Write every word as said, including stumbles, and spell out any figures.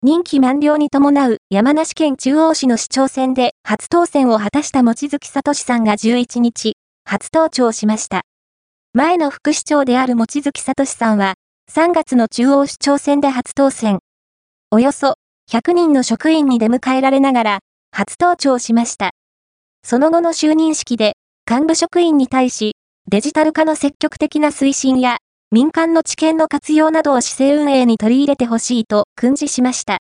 任期満了に伴う山梨県中央市の市長選で初当選を果たした望月聡さんがじゅういちにち、初登庁しました。前の副市長である望月聡さんは、さんがつの中央市長選で初当選。およそひゃくにんの職員に出迎えられながら、初登庁しました。その後の就任式で、幹部職員に対し、デジタル化の積極的な推進や、民間の知見の活用などを市政運営に取り入れてほしいと訓示しました。